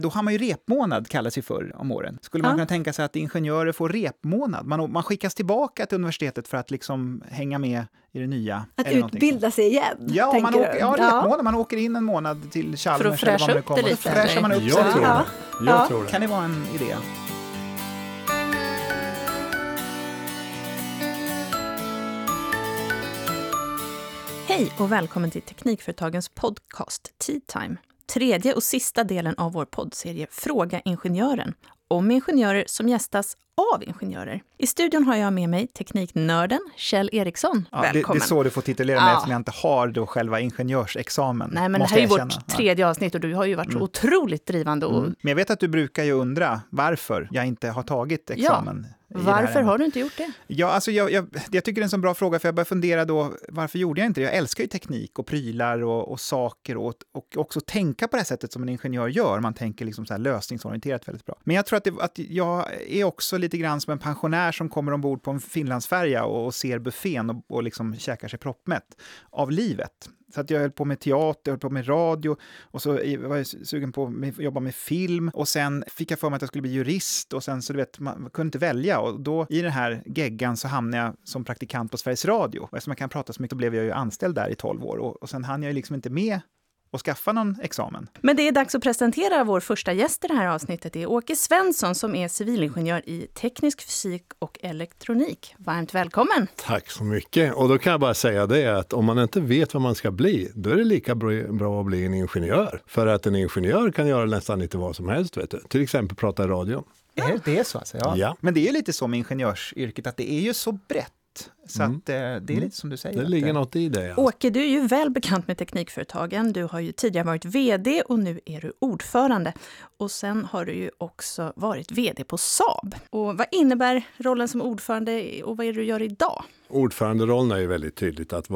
Då har man ju repmånad, kallas det för om åren. Skulle man kunna tänka sig att ingenjörer får repmånad? Man skickas tillbaka till universitetet för att liksom hänga med i det nya. Att utbilda sig igen, ja, tänker du? repmånad. Man åker in en månad till Chalmers. För att fräscha upp det lite. Fräschar man upp Jag sig. tror det. Jag tror det. Kan det vara en idé? Hej och välkommen till Teknikföretagens podcast Tea Time. Tredje och sista delen av vår poddserie Fråga Ingenjören. Om ingenjörer som gästas av ingenjörer. I studion har jag med mig tekniknörden Kjell Eriksson. Ja, Välkommen. det är så du får titulera mig eftersom jag inte har då själva ingenjörsexamen. Nej, men det här är ju vårt tredje avsnitt och du har ju varit så otroligt drivande. Och... Men jag vet att du brukar ju undra varför jag inte har tagit examen. Varför har du inte gjort det? Ja, alltså jag tycker det är en så bra fråga, för jag börjar fundera då, varför gjorde jag inte det? Jag älskar ju teknik och prylar och saker och också tänka på det här sättet som en ingenjör gör. Man tänker liksom så här lösningsorienterat väldigt bra. Men jag tror att jag är också lite grann som en pensionär som kommer ombord på en Finlandsfärja och ser buffén och liksom käkar sig proppmätt av livet. Så att jag höll på med teater, jag höll på med radio och så var jag sugen på att jobba med film och sen fick jag för mig att jag skulle bli jurist och sen så du vet, man kunde inte välja och då i den här geggan så hamnade jag som praktikant på Sveriges Radio och eftersom jag kan prata så mycket då blev jag ju anställd där i 12 år och sen hann jag ju liksom inte med och skaffa någon examen. Men det är dags att presentera vår första gäst i det här avsnittet. Det är Åke Svensson som är civilingenjör i teknisk fysik och elektronik. Varmt välkommen! Tack så mycket. Och då kan jag bara säga det att om man inte vet vad man ska bli, då är det lika bra att bli en ingenjör. För att en ingenjör kan göra nästan lite vad som helst, vet du. Till exempel prata i radio. Det är så alltså, ja. Ja. Men det är ju lite så med ingenjörsyrket att det är ju så brett. Så att det är lite som du säger. Det ligger något i det. Alltså. Åke, du är ju väl bekant med teknikföretagen. Du har ju tidigare varit vd och nu är du ordförande. Och sen har du ju också varit vd på Saab. Och vad innebär rollen som ordförande och vad är det du gör idag? Ordföranderollen är ju väldigt tydligt att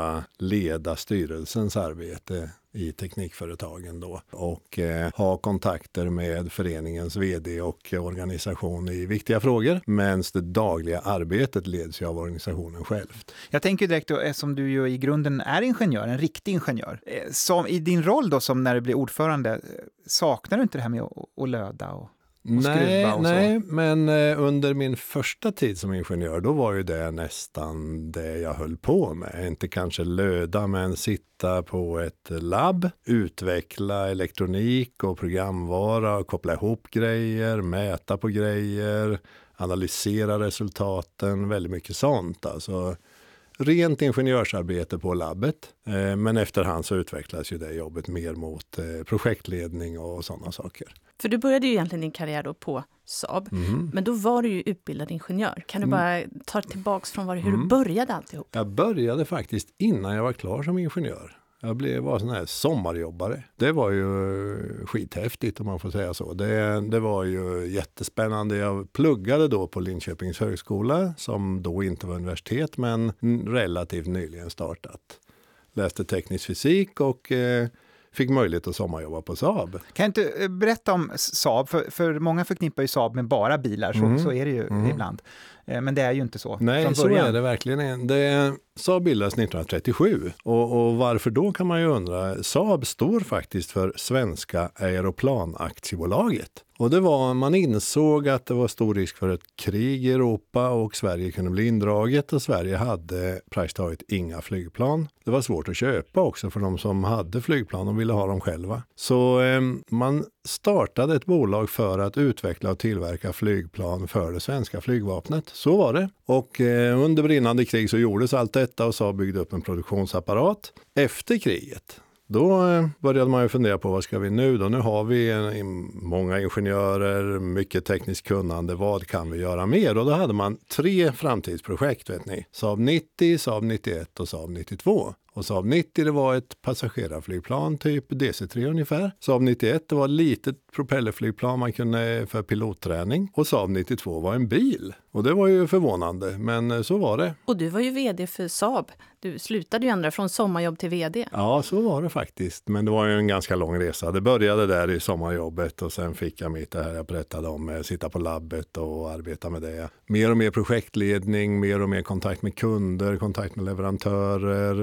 leda styrelsens arbete i teknikföretagen då och ha kontakter med föreningens vd och organisation i viktiga frågor, medan det dagliga arbetet leds ju av organisationen själv. Jag tänker direkt då, eftersom du ju i grunden är ingenjör, en riktig ingenjör, som i din roll då som när du blir ordförande, saknar du inte det här med att löda och skruva och så? Nej, men under min första tid som ingenjör då var ju det nästan det jag höll på med. Inte kanske löda, men sitta på ett labb, utveckla elektronik och programvara och koppla ihop grejer, mäta på grejer, analysera resultaten, väldigt mycket sånt. Alltså rent ingenjörsarbete på labbet, men efterhand så utvecklas ju det jobbet mer mot projektledning och sådana saker. För du började ju egentligen din karriär då på Saab, men då var du ju utbildad ingenjör. Kan du bara ta tillbaks från hur du började alltihop? Jag började faktiskt innan jag var klar som ingenjör. Jag var sån här sommarjobbare. Det var ju skithäftigt om man får säga så. Det var ju jättespännande. Jag pluggade då på Linköpings högskola som då inte var universitet men relativt nyligen startat. Läste teknisk fysik och fick möjlighet att sommarjobba på Saab. Kan jag inte berätta om Saab? För många förknippar ju Saab med bara bilar, så är det ju ibland. Men det är ju inte så. Nej, så är det verkligen. Saab bildades 1937 och varför då kan man ju undra. Saab står faktiskt för Svenska Aeroplanaktiebolaget. Och det var, man insåg att det var stor risk för ett krig i Europa och Sverige kunde bli indraget och Sverige hade praktiskt taget inga flygplan. Det var svårt att köpa också för de som hade flygplan och ville ha dem själva. Så man startade ett bolag för att utveckla och tillverka flygplan för det svenska flygvapnet. Så var det. Och under brinnande krig så gjordes allt detta och Saab byggde upp en produktionsapparat. Efter kriget, då började man ju fundera på vad ska vi nu då? Nu har vi många ingenjörer, mycket tekniskt kunnande. Vad kan vi göra mer? Och då hade man 3 framtidsprojekt, vet ni. Saab 90, Saab 91 och Saab 92. Och Saab 90 det var ett passagerarflygplan typ DC-3 ungefär. Saab 91 det var ett litet propellerflygplan man kunde för pilotträning. Och Saab 92 var en bil. Och det var ju förvånande, men så var det. Och du var ju vd för Saab. Du slutade ju ändra från sommarjobb till vd. Ja, så var det faktiskt. Men det var ju en ganska lång resa. Det började där i sommarjobbet och sen fick jag mitt det här jag berättade om. Sitta på labbet och arbeta med det. Mer och mer projektledning, mer och mer kontakt med kunder, kontakt med leverantörer. Få resa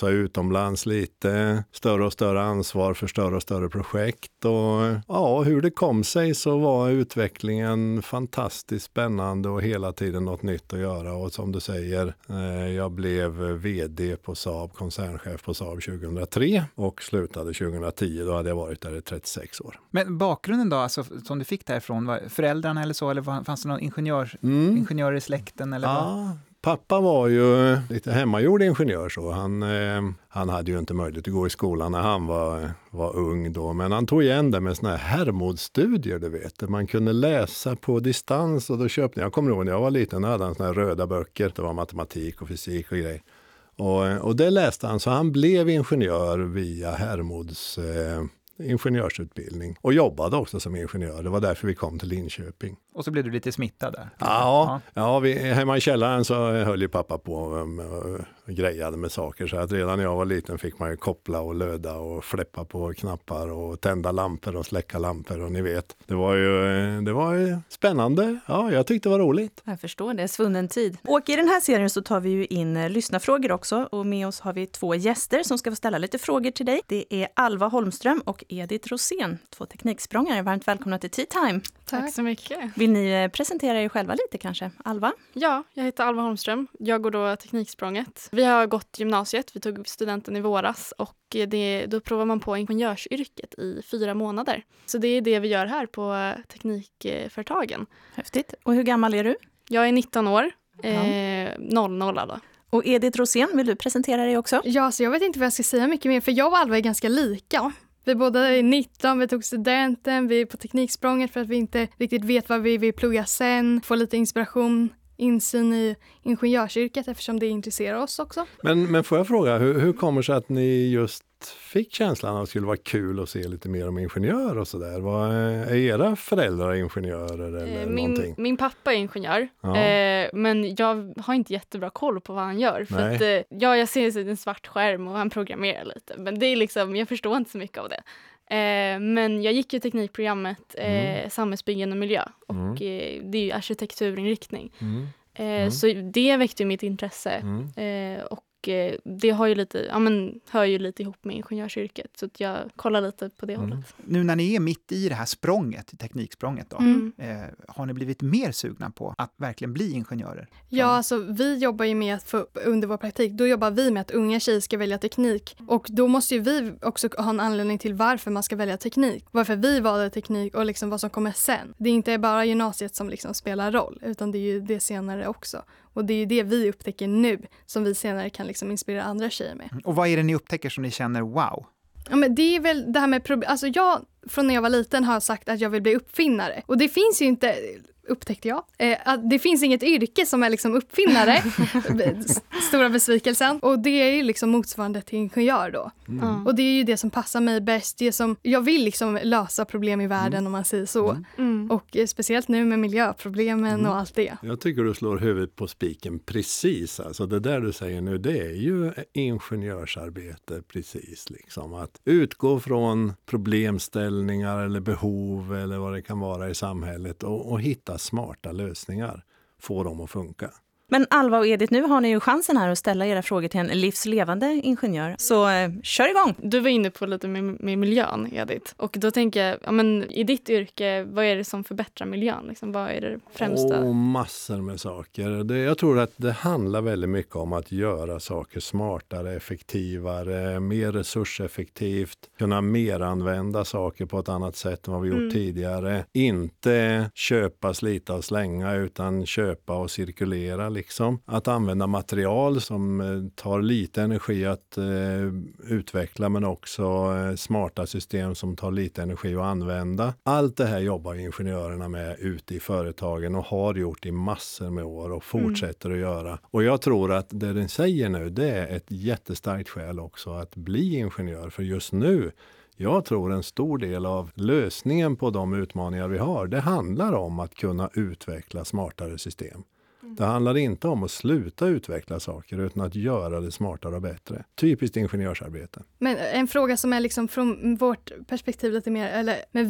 resa utomlands lite, större och större ansvar för större och större projekt. Och ja, hur det kom sig så var utvecklingen fantastiskt spännande och hela tiden något nytt att göra. Och som du säger, jag blev vd på Saab, koncernchef på Saab 2003 och slutade 2010. Då hade jag varit där i 36 år. Men bakgrunden då, alltså, som du fick därifrån, var föräldrarna eller så, eller fanns det någon ingenjör i släkten? Eller vad? Pappa var ju lite hemmagjord ingenjör så. Han hade ju inte möjlighet att gå i skolan när han var ung då. Men han tog igen det med såna här Hermodstudier, du vet. Man kunde läsa på distans och då köpte jag kommer ihåg när jag var liten, hade han såna här röda böcker. Det var matematik och fysik och grejer. Och det läste han, så han blev ingenjör via Hermods ingenjörsutbildning och jobbade också som ingenjör. Det var därför vi kom till Linköping. Och så blev du lite smittad där? Ja, hemma i källaren så höll ju pappa på och grejade med saker. Så att redan när jag var liten fick man ju koppla och löda och fläppa på knappar och tända lampor och släcka lampor. Och ni vet, det var ju spännande. Ja, jag tyckte det var roligt. Jag förstår det, svunnen tid. Och i den här serien så tar vi ju in lyssnarfrågor också. Och med oss har vi 2 gäster som ska få ställa lite frågor till dig. Det är Alva Holmström och Edith Rosén, 2 tekniksprångare. Varmt välkomna till Tea Time. Tack så mycket. Vill ni presentera er själva lite kanske? Alva? Ja, jag heter Alva Holmström. Jag går då tekniksprånget. Vi har gått gymnasiet, vi tog studenten i våras och då provar man på ingenjörsyrket i 4 månader. Så det är det vi gör här på teknikföretagen. Häftigt. Och hur gammal är du? Jag är 19 år, 00 då. Och Edith Rosén, vill du presentera dig också? Ja, så jag vet inte vad jag ska säga mycket mer, för jag och Alva är ganska lika. Vi båda är 19, vi tog studenten, vi är på tekniksprånget för att vi inte riktigt vet vad vi vill plugga sen. Få lite inspiration, insyn i ingenjörsyrket eftersom det intresserar oss också. Men får jag fråga, hur kommer det sig att ni just fick känslan att det skulle vara kul att se lite mer om ingenjör och sådär? Är era föräldrar ingenjörer eller någonting? Min pappa är ingenjör, men jag har inte jättebra koll på vad han gör. För att, jag ser en svart skärm och han programmerar lite. Men det är liksom, jag förstår inte så mycket av det. Men jag gick ju teknikprogrammet samhällsbyggen och miljö. Och det är ju arkitekturinriktning. Så det väckte mitt intresse. Och det har ju lite, hör ju lite ihop med ingenjörsyrket. Så att jag kollar lite på det hållet. Nu när ni är mitt i det här språnget, tekniksprånget då, har ni blivit mer sugna på att verkligen bli ingenjörer? Ja, alltså vi jobbar ju med att under vår praktik, då jobbar vi med att unga tjejer ska välja teknik. Och då måste ju vi också ha en anledning till varför man ska välja teknik. Varför vi valde teknik och liksom vad som kommer sen. Det är inte bara gymnasiet som liksom spelar roll, utan det är ju det senare också. Och det är ju det vi upptäcker nu som vi senare kan liksom inspirera andra tjejer med. Och vad är det ni upptäcker som ni känner wow? Ja, men det är väl det här med alltså jag från när jag var liten har sagt att jag vill bli uppfinnare. Och det finns ju inte, upptäckte jag, att det finns inget yrke som är liksom uppfinnare. Stora besvikelsen. Och det är ju liksom motsvarande till ingenjör då. Och det är ju det som passar mig bäst. Det som, jag vill liksom lösa problem i världen om man säger så. Och speciellt nu med miljöproblemen och allt det. Jag tycker du slår huvudet på spiken precis. Alltså det där du säger nu, det är ju ingenjörsarbete precis. Liksom. Att utgå från problemställningar eller behov eller vad det kan vara i samhället och hitta smarta lösningar, få dem att funka. Men Alva och Edith, nu har ni ju chansen här att ställa era frågor till en livslevande ingenjör. Så kör igång! Du var inne på lite med miljön, Edith. Och då tänker jag, i ditt yrke, vad är det som förbättrar miljön? Liksom, vad är det främsta? Massor med saker. Jag tror att det handlar väldigt mycket om att göra saker smartare, effektivare, mer resurseffektivt. Kunna mer använda saker på ett annat sätt än vad vi gjort tidigare. Inte köpa, slita och slänga, utan köpa och cirkulera. Liksom. Att använda material som tar lite energi att utveckla, men också smarta system som tar lite energi att använda. Allt det här jobbar ingenjörerna med ute i företagen och har gjort i massor med år och fortsätter att göra. Och jag tror att det den säger nu, det är ett jättestarkt skäl också att bli ingenjör. För just nu, jag tror en stor del av lösningen på de utmaningar vi har, det handlar om att kunna utveckla smartare system. Det handlar inte om att sluta utveckla saker utan att göra det smartare och bättre. Typiskt ingenjörsarbete. Men en fråga som är liksom från vårt perspektiv lite mer, men vi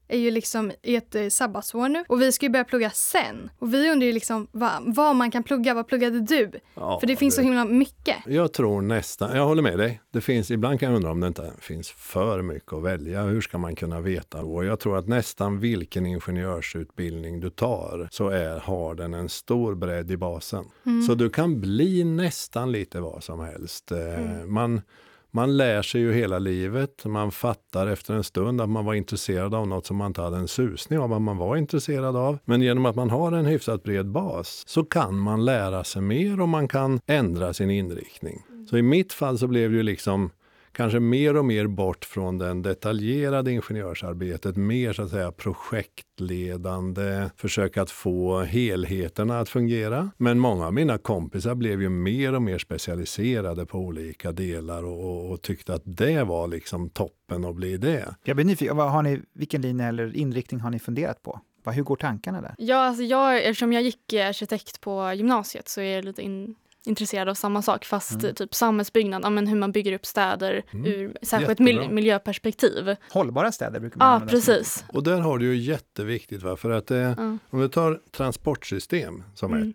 är ju liksom i ett sabbatsår nu och vi ska ju börja plugga sen. Och vi undrar ju liksom vad man kan plugga. Vad pluggade du? Ja, för det finns så himla mycket. Jag tror nästan, jag håller med dig. Ibland kan jag undra om det inte finns för mycket att välja. Hur ska man kunna veta? Och jag tror att nästan vilken ingenjörsutbildning du tar så har den en stor bredd i basen. Så du kan bli nästan lite vad som helst. Man lär sig ju hela livet. Man fattar efter en stund att man var intresserad av något som man inte hade en susning av vad man var intresserad av. Men genom att man har en hyfsat bred bas så kan man lära sig mer och man kan ändra sin inriktning. Så i mitt fall så blev det ju liksom kanske mer och mer bort från den detaljerade ingenjörsarbetet, mer så att säga projektledande, försöka att få helheterna att fungera. Men många av mina kompisar blev ju mer och mer specialiserade på olika delar och tyckte att det var liksom toppen att bli det. Jag blir nyfiken, vilken linje eller inriktning har ni funderat på? Hur går tankarna där? Ja, alltså eftersom jag gick arkitekt på gymnasiet så är jag lite intresserad av samma sak, fast typ samhällsbyggnad, hur man bygger upp städer ur särskilt miljöperspektiv. Hållbara städer brukar man använda. Precis. Och där har du ju jätteviktigt, för att om du tar transportsystem som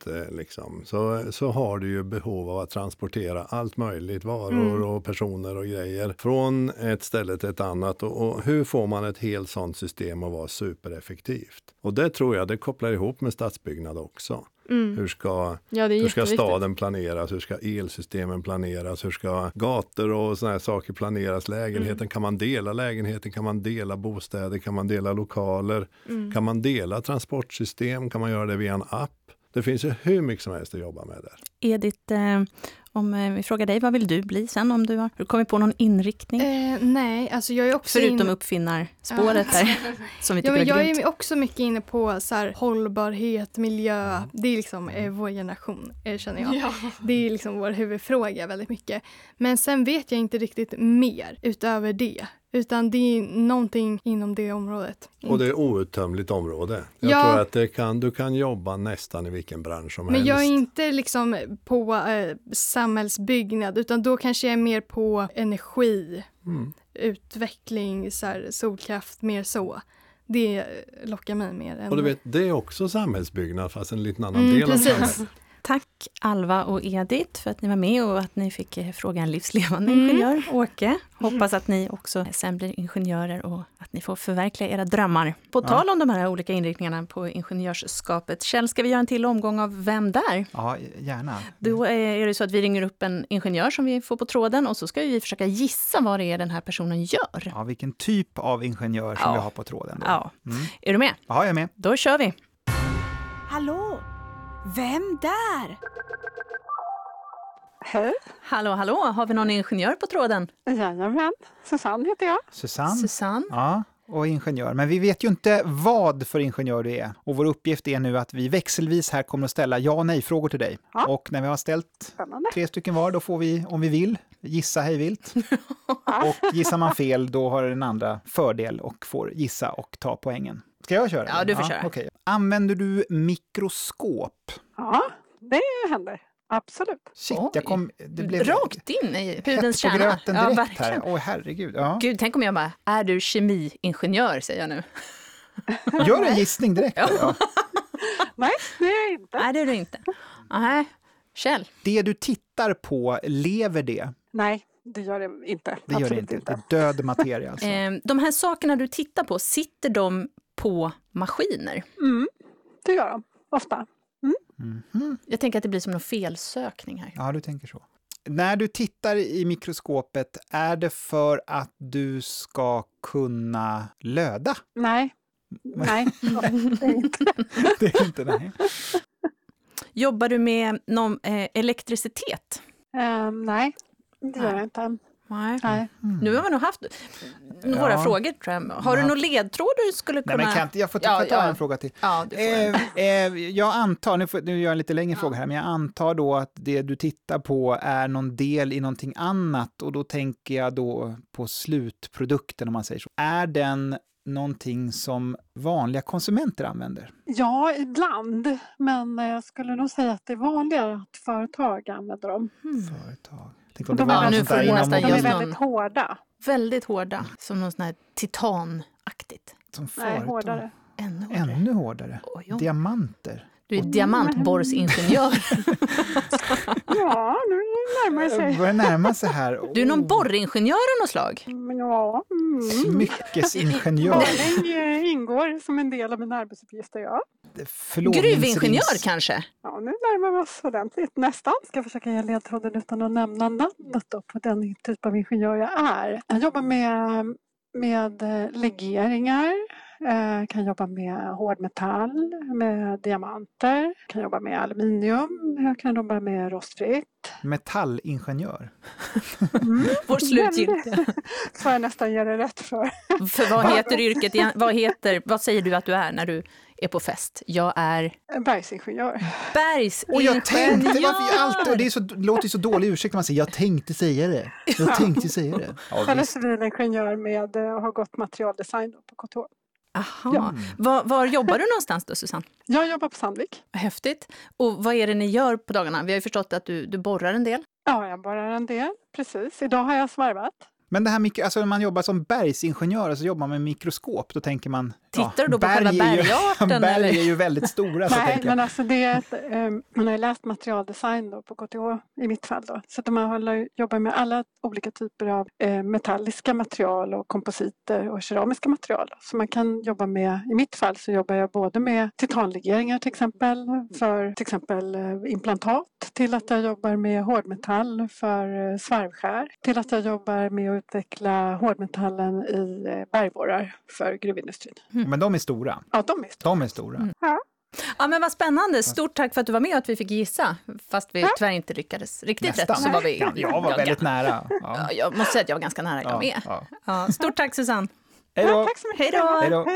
så har du ju behov av att transportera allt möjligt, varor och personer och grejer från ett ställe till ett annat. Och hur får man ett helt sånt system att vara supereffektivt? Och det tror jag det kopplar ihop med stadsbyggnad också. Hur ska staden planeras? Hur ska elsystemen planeras? Hur ska gator och såna här saker planeras? Lägenheten, kan man dela lägenheten? Kan man dela bostäder? Kan man dela lokaler? Kan man dela transportsystem? Kan man göra det via en app? Det finns ju hur mycket som helst att jobba med där. Edith, om vi frågar dig, vad vill du bli sen om du har kommit på någon inriktning? Nej, alltså jag är också förutom uppfinnarspåret där. Som vi tycker men jag är är också mycket inne på så här, hållbarhet, miljö. Det är liksom vår generation, känner jag. Ja. Det är liksom vår huvudfråga väldigt mycket. Men sen vet jag inte riktigt mer utöver det. Utan det är någonting inom det området. Och det är outtömligt område. Jag tror att du kan jobba nästan i vilken bransch som helst. Men jag är inte liksom på samhällsbyggnad, utan då kanske jag är mer på energi, utveckling, så här, solkraft, mer så. Det lockar mig mer. Än... Och du vet, det är också samhällsbyggnad fast en liten annan del av samhället. Tack Alva och Edith för att ni var med och att ni fick fråga en livslevande ingenjör, Åke. Hoppas att ni också sen blir ingenjörer och att ni får förverkliga era drömmar. På tal om de här olika inriktningarna på ingenjörsskapet. Kjell, ska vi göra en till omgång av Vem där? Ja, gärna. Då är det så att vi ringer upp en ingenjör som vi får på tråden och så ska vi försöka gissa vad det är den här personen gör. Ja, vilken typ av ingenjör som vi har på tråden. Då. Ja. Är du med? Ja, jag är med. Då kör vi. Hallå? Vem där? Hej. Hallå, har vi någon ingenjör på tråden? Jajamän, Susanne heter jag. Susanne? Ja, och ingenjör. Men vi vet ju inte vad för ingenjör du är. Och vår uppgift är nu att vi växelvis här kommer att ställa ja- och nej-frågor till dig. Ja. Och när vi har ställt 3 stycken var, då får vi, om vi vill, gissa hejvilt. Och gissar man fel, då har den andra fördel och får gissa och ta poängen. Ska jag köra? Ja, du får köra. Okay. Använder du mikroskop? Ja, det händer. Absolut. Shit, det blev rakt in i pudens kärna. På gröten direkt verkligen. här. Herregud. Ja. Gud, tänk om jag bara, är du kemiingenjör, säger jag nu. Gör en gissning direkt. Ja. Nej, det är jag inte. Nej, det är du inte. Nej, Kjell. Det du tittar på, lever det? Nej, det gör det inte. Det gör det inte. Det är död materia alltså. De här sakerna du tittar på, sitter de på maskiner? Det gör de, ofta. Jag tänker att det blir som en felsökning här. Ja, du tänker så. När du tittar i mikroskopet, är det för att du ska kunna löda? Nej, det är inte. Det är inte, nej. Jobbar du med någon elektricitet? Nej, det gör jag inte. Nej. Nu har vi nog haft några frågor, tror jag. Har du någon ledtråd du skulle kunna... Nej, men jag får ta en fråga till. Ja, jag antar, nu gör jag en lite längre fråga här, men jag antar då att det du tittar på är någon del i någonting annat, och då tänker jag då på slutprodukten, om man säger så. Är den någonting som vanliga konsumenter använder? Ja, ibland. Men jag skulle nog säga att det är vanligare att företag använder dem. Företag. De är väldigt hårda. Väldigt hårda, som någon sån här titanaktigt. Som Nej, förut. hårdare. Ännu hårdare. Oj. Diamanter. Du är diamantborrsingenjör. Ja, nu närmar det Det sig. börjar närma sig här. Du är någon borringenjör av något slag? Men ja, Smyckesingenjör. borrning ingår som en del av mina arbetsuppgifter, ja. Gruvingenjör kanske? Ja, nu närmar vi oss ordentligt. Nästan. Ska jag försöka ge ledtråden utan att nämna namnet då på den typ av ingenjör jag är. Jag jobbar med legeringar. Kan jobba med hårdmetall, med diamanter. Kan jobba med aluminium. Jag kan jobba med rostfritt. Metallingenjör. Vår slutgiltiga. Får jag nästan ge det rätt för. För vad heter yrket? Vad säger du att du är när du är på fest? Jag är Bergsingenjör. bergsingenjör. Och jag tänkte, varför alltid, och det låter ju så dålig ursäkt när man säger jag tänkte säga det. Jag tänkte säga det. Ja, Jag är visst. civilingenjör med och har gått materialdesign då på KTH. Aha. Var jobbar du någonstans då, Susanne? Jag jobbar på Sandvik. Häftigt. Och vad är det ni gör på dagarna? Vi har ju förstått att du borrar en del. Ja, jag borrar en del. Precis. Idag har jag svarvat. Men det här, alltså när man jobbar som bergsingenjör och så jobbar man med mikroskop, då tänker man... Tittar du då på själva bergarten? Berg är ju väldigt stora. Så Nej, tänker jag. men alltså det är man har ju läst materialdesign då på KTH i mitt fall då. Så att man jobbar med alla olika typer av metalliska material och kompositer och keramiska material. Så man kan jobba med, i mitt fall så jobbar jag både med titanlegeringar till exempel, för till exempel implantat, till att jag jobbar med hårdmetall för svarvskär, till att jag jobbar med att utveckla hårdmetallen i bergborrar för gruvindustrin. Men de är stora. Ja, de är stora. De är stora. Ja, men vad spännande. Stort tack för att du var med och att vi fick gissa. Fast vi tyvärr inte lyckades riktigt Nästan. rätt. Så var vi, Jag var väldigt nära. Ja. Ja, jag måste säga att jag var ganska nära jag med. Ja. Ja, stort tack, Susanne. Hej då! Tack så mycket. Hej då! Hej då!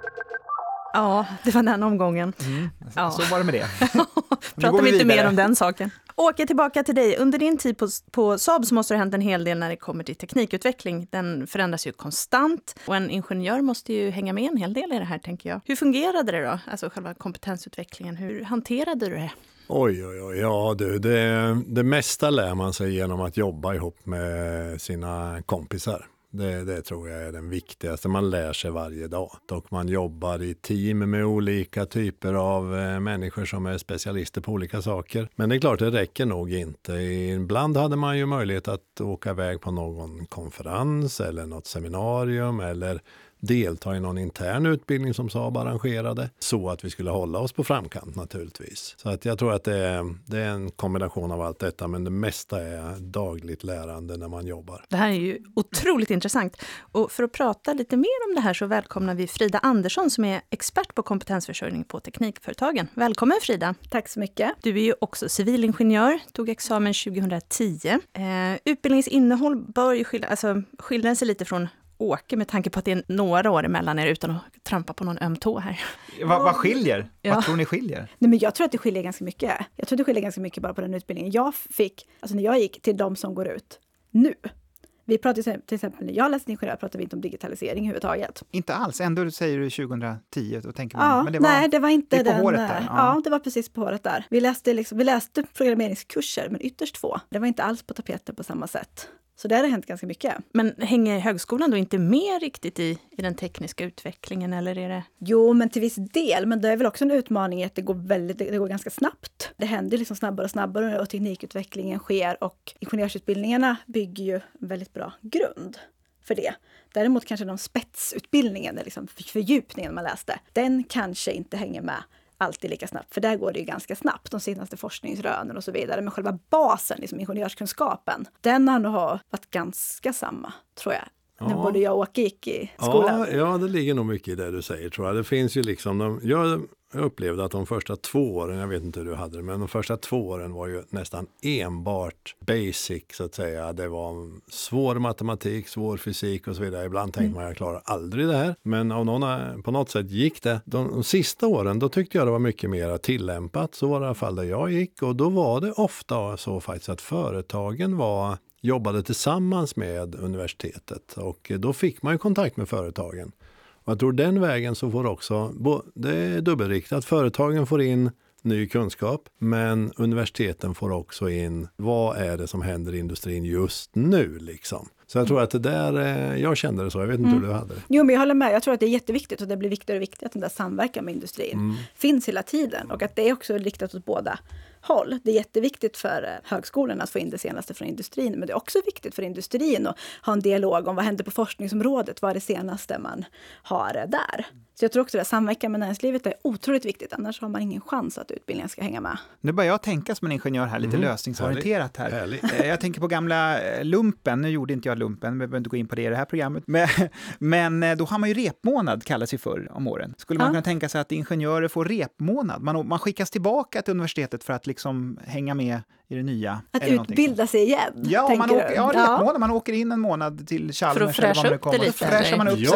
Ja, det var den omgången. Ja. Så var det med det. Pratar vi inte mer om den saken. Åker tillbaka till dig. Under din tid på Saab så måste det ha hänt en hel del när det kommer till teknikutveckling. Den förändras ju konstant och en ingenjör måste ju hänga med en hel del i det här, tänker jag. Hur fungerade det då? Alltså själva kompetensutvecklingen. Hur hanterade du det? Oj, ja du, det mesta lär man sig genom att jobba ihop med sina kompisar. Det tror jag är den viktigaste. Man lär sig varje dag. Och man jobbar i team med olika typer av människor som är specialister på olika saker. Men det är klart, det räcker nog inte. Ibland hade man ju möjlighet att åka iväg på någon konferens eller något seminarium eller delta i någon intern utbildning som Saab arrangerade, så att vi skulle hålla oss på framkant naturligtvis. Så att jag tror att det är en kombination av allt detta, men det mesta är dagligt lärande när man jobbar. Det här är ju otroligt intressant. Och för att prata lite mer om det här så välkomnar vi Frida Andersson som är expert på kompetensförsörjning på Teknikföretagen. Välkommen Frida! Tack så mycket. Du är ju också civilingenjör, tog examen 2010. Utbildningens innehåll bör ju skilja sig lite från Åke med tanke på att det är några år emellan er utan att trampa på någon öm tå här. Vad skiljer? Ja. Vad tror ni skiljer? Nej, men jag tror att det skiljer ganska mycket. Jag tror att det skiljer ganska mycket bara på den utbildningen jag fick, alltså när jag gick till de som går ut nu. Vi pratar till exempel, när jag läste ingenjör pratade vi inte om digitalisering överhuvudtaget. Inte alls, ändå säger du 2010. Då tänker man, Ja, men det var inte det är på den. håret där. Ja, det var precis på håret där. Vi läste programmeringskurser, men ytterst få. Det var inte alls på tapeten på samma sätt. Så där har det hänt ganska mycket. Men hänger högskolan då inte med riktigt i den tekniska utvecklingen, eller är det? Jo, men till viss del. Men det är väl också en utmaning att det går ganska snabbt. Det händer liksom snabbare och snabbare och teknikutvecklingen sker och ingenjörsutbildningarna bygger ju en väldigt bra grund för det. Däremot kanske de spetsutbildningen, liksom fördjupningen man läste, den kanske inte hänger med alltid lika snabbt, för där går det ju ganska snabbt, de senaste forskningsrönen och så vidare, men själva basen, liksom ingenjörskunskapen, den har nog varit ganska samma, tror jag. Ja. När både jag och Åke gick i skolan. Ja, det ligger nog mycket i det du säger, tror jag. Det finns ju liksom, jag upplevde att de första 2 åren, jag vet inte hur du hade det, men de första 2 åren var ju nästan enbart basic, så att säga. Det var svår matematik, svår fysik och så vidare. Ibland tänkte man, jag klarar aldrig det här. Men på något sätt gick det. De sista åren, då tyckte jag det var mycket mer tillämpat. Så var det i alla fall där jag gick. Och då var det ofta så faktiskt att företagen jobbade tillsammans med universitetet. Och då fick man ju kontakt med företagen. Och jag tror den vägen så får också, det är dubbelriktat. Företagen får in ny kunskap. Men universiteten får också in vad är det som händer i industrin just nu liksom. Så jag tror att det där, jag kände det så, jag vet inte hur du hade det. Jo, men jag håller med. Jag tror att det är jätteviktigt och det blir viktigare och viktigare att den där samverkan med industrin finns hela tiden. Och att det är också riktat åt båda håll. Det är jätteviktigt för högskolorna att få in det senaste från industrin. Men det är också viktigt för industrin att ha en dialog om vad händer på forskningsområdet. Vad är det senaste man har där. Så jag tror också att samverkan med näringslivet är otroligt viktigt. Annars har man ingen chans att utbildningen ska hänga med. Nu börjar jag tänka som en ingenjör här, lite lösningsorienterat här. Härligt. Jag tänker på gamla lumpen. Nu gjorde inte jag lumpen, vi behöver inte gå in på det i det här programmet. Men då har man ju repmånad, kallas ju förr om åren. Skulle man kunna tänka sig att ingenjörer får repmånad? Man skickas tillbaka till universitetet för att liksom hänga med i det nya. Att utbilda sig igen, ja, repmånad. Man åker in en månad till Chalmers. För att fräscha upp det lite. Fräschar man upp sig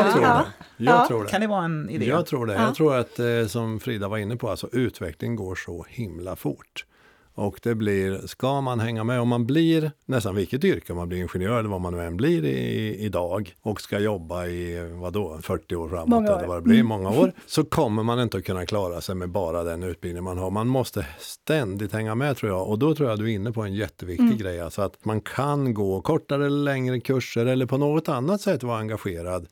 Jag tror det. Kan det vara en idé? Jag tror det. Jag tror att som Frida var inne på, alltså utveckling går så himla fort. Och det blir, ska man hänga med, om man blir nästan vilket yrke, om man blir ingenjör eller vad man nu än blir idag och ska jobba i 40 år framåt eller vad det blir, många år, så kommer man inte att kunna klara sig med bara den utbildning man har. Man måste ständigt hänga med, tror jag, och då tror jag du är inne på en jätteviktig grej, alltså att man kan gå kortare eller längre kurser eller på något annat sätt vara engagerad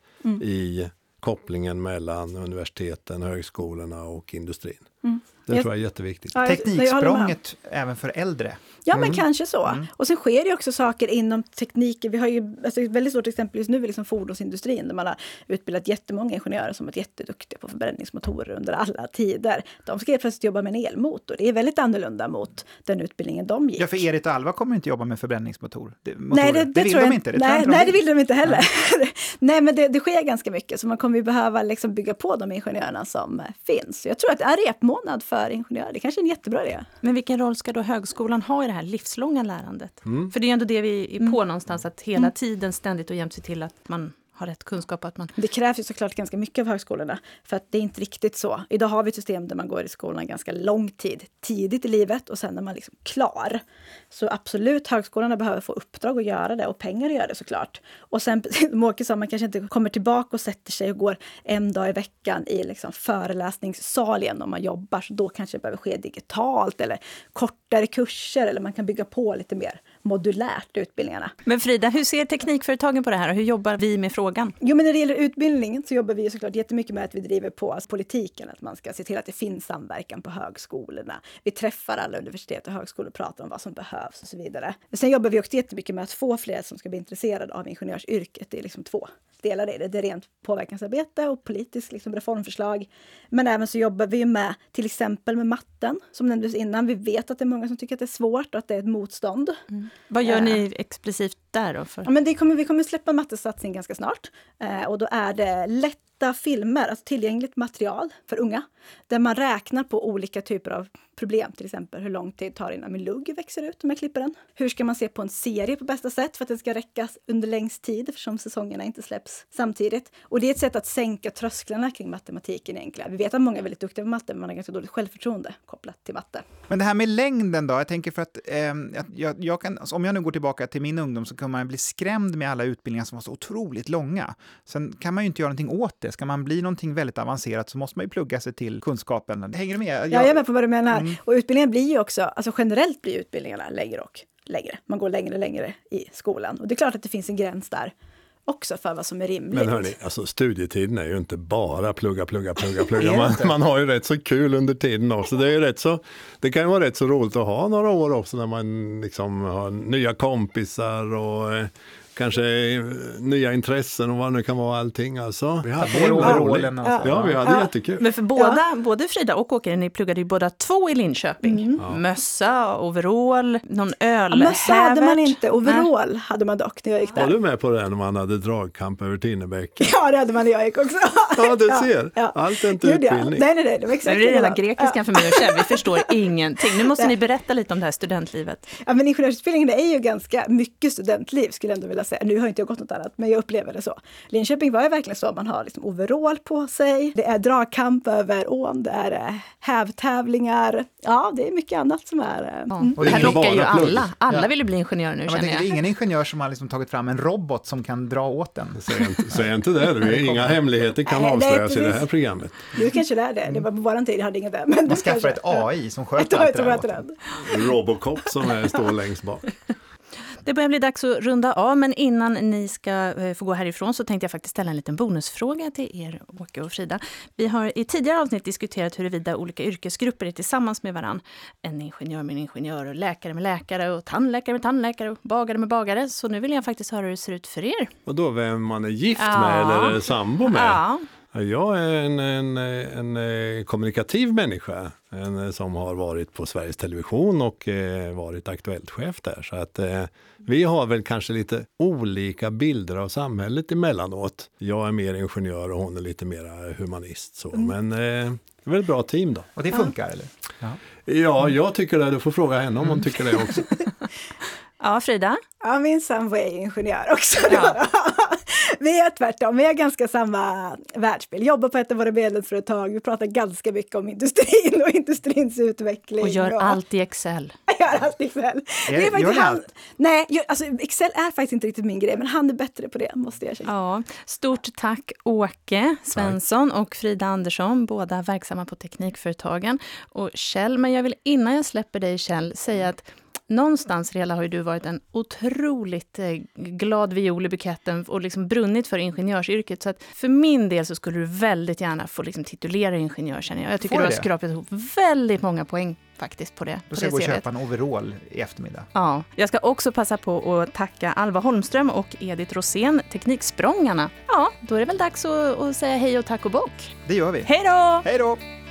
i kopplingen mellan universiteten, högskolorna och industrin. Det tror jag är jätteviktigt. Tekniksprånget även för äldre. Ja, men kanske så. Och sen sker det också saker inom tekniken. Vi har ju ett väldigt stort exempel just nu, liksom fordonsindustrin, där man har utbildat jättemånga ingenjörer som är jätteduktiga på förbränningsmotorer under alla tider. De ska helt plötsligt jobba med en elmotor. Det är väldigt annorlunda mot den utbildningen de gick. Ja, för Erit och Alva kommer inte jobba med förbränningsmotor. Nej, det vill de inte. Nej, det vill de inte heller. Nej, men det sker ganska mycket. Så man kommer ju behöva liksom bygga på de ingenjörerna som finns. Jag tror att det är repmånad för ingenjörer. Det kanske är en jättebra idé. Men vilken roll ska då högskolan ha i det här livslånga lärandet? För det är ändå det vi är på någonstans, att hela tiden ständigt och jämt se till att man har rätt kunskap. Att man... Det krävs ju såklart ganska mycket av högskolorna, för att det är inte riktigt så. Idag har vi ett system där man går i skolan ganska lång tid, tidigt i livet, och sen är man liksom klar. Så absolut, högskolorna behöver få uppdrag att göra det och pengar att göra det såklart. Och sen, som Åke sa, man kanske inte kommer tillbaka och sätter sig och går en dag i veckan i liksom föreläsningssalen om man jobbar. Så då kanske det behöver ske digitalt eller kortare kurser, eller man kan bygga på lite mer modulärt utbildningarna. Men Frida, hur ser teknikföretagen på det här och hur jobbar vi med frågan? Jo, men när det gäller utbildningen så jobbar vi såklart jättemycket med att vi driver på politiken, att man ska se till att det finns samverkan på högskolorna. Vi träffar alla universitet och högskolor och pratar om vad som behövs och så vidare. Sen jobbar vi också jättemycket med att få fler som ska bli intresserade av ingenjörsyrket. Det är liksom 2 delar i det. Det är rent påverkansarbete och politiskt liksom reformförslag. Men även så jobbar vi med till exempel med matten, som nämndes innan. Vi vet att det är många som tycker att det är svårt och att det är ett motstånd. Vad gör ni explicit där då? För? Ja, men vi kommer släppa en mattesatsning ganska snart. Och då är det lätta filmer, alltså tillgängligt material för unga, där man räknar på olika typer av problem. Till exempel hur lång tid tar det innan min lugg växer ut om jag klipper den. Hur ska man se på en serie på bästa sätt för att den ska räckas under längst tid, eftersom säsongerna inte släpps samtidigt. Och det är ett sätt att sänka trösklarna kring matematiken egentligen. Vi vet att många är väldigt duktiga på matte, men man har ganska dåligt självförtroende kopplat till matte. Men det här med längden då, jag tänker för att jag kan, om jag nu går tillbaka till min ungdom, så kan man bli skrämd med alla utbildningar som var så otroligt långa. Sen kan man ju inte göra någonting åt det. Ska man bli någonting väldigt avancerat så måste man ju plugga sig till kunskapen. Hänger du med? Jag är med på vad du menar. Och utbildningen blir ju också, alltså generellt blir utbildningarna längre och längre. Man går längre och längre i skolan. Och det är klart att det finns en gräns där också för vad som är rimligt. Men hörni, alltså studietiden är ju inte bara plugga. Man har ju rätt så kul under tiden också. Det kan ju vara rätt så roligt att ha några år också när man liksom har nya kompisar och kanske nya intressen och vad nu kan vara allting. Alltså. Vi hade jättekul. Men för både Frida och Åke, ni pluggade ju båda 2 i Linköping. Mössa, overall, någon öl. Mössa hade man inte, overall hade man dock när jag gick där. Var du med på det när man hade dragkamp över Tinnebäcken? Ja, det hade man när jag gick också. Ja, du ser. Allt är inte utbildning. Nej, det var exakt. Det är hela grekiskan för mig och Kjell. Vi förstår ingenting. Nu måste ni berätta lite om det här studentlivet. Ja, men ingenjörsutbildningen är ju ganska mycket studentliv, skulle jag ändå vilja alla säga. Nu har inte jag gått något annat, men jag upplever det så. Linköping var ju verkligen så. Man har liksom overall på sig. Det är dragkamp över ån. Det är hävtävlingar. Ja, det är mycket annat som är... Och det här lockar ju alla. Alla vill ju bli ingenjör nu, känner jag. Det är ingen ingenjör som har liksom tagit fram en robot som kan dra åt den. Säg inte det. Det är inga hemligheter kan avslöjas i det här programmet. Du kanske lär det. Det var på våran tid, jag hade inget där. Men man skaffar ett AI som sköter allt det där. Robocop som står längst bak. Det börjar bli dags att runda av, men innan ni ska få gå härifrån så tänkte jag faktiskt ställa en liten bonusfråga till er, Åke och Frida. Vi har i tidigare avsnitt diskuterat huruvida olika yrkesgrupper är tillsammans med varann. En ingenjör med en ingenjör och läkare med läkare och tandläkare med tandläkare och bagare med bagare. Så nu vill jag faktiskt höra hur det ser ut för er. Och då vem man är gift med eller sambo med? Ja. Jag är en kommunikativ människa, en som har varit på Sveriges Television och varit aktuellt chef där. Så att vi har väl kanske lite olika bilder av samhället emellanåt. Jag är mer ingenjör och hon är lite mer humanist. Så. Men det är väl ett bra team då. Och det funkar eller? Ja, jag tycker det. Du får fråga henne om hon tycker det också. Ja, Frida? Ja, min sambo är ingenjör också. Ja. Vi är tvärtom, vi har ganska samma världsbild. Jobbar på ett av våra medlemsföretag. Vi pratar ganska mycket om industrin och industrins utveckling. Och gör allt i Excel. Jag gör allt i Excel. Alltså Excel är faktiskt inte riktigt min grej, men han är bättre på det, måste jag känna. Ja, stort tack Åke Svensson och Frida Andersson, båda verksamma på Teknikföretagen. Och Kjell, men jag vill innan jag släpper dig Kjell säga att någonstans, Rela, har ju du varit en otroligt glad viol i buketten och liksom brunnit för ingenjörsyrket. Så att för min del så skulle du väldigt gärna få liksom titulera ingenjör, känner jag. Jag tycker du har skrapat ihop väldigt många poäng faktiskt på det. Då ska jag gå och köpa en overall i eftermiddag. Ja, jag ska också passa på att tacka Alva Holmström och Edith Rosén, Tekniksprångarna. Ja, då är det väl dags att säga hej och tack och bock. Det gör vi. Hej då! Hej då!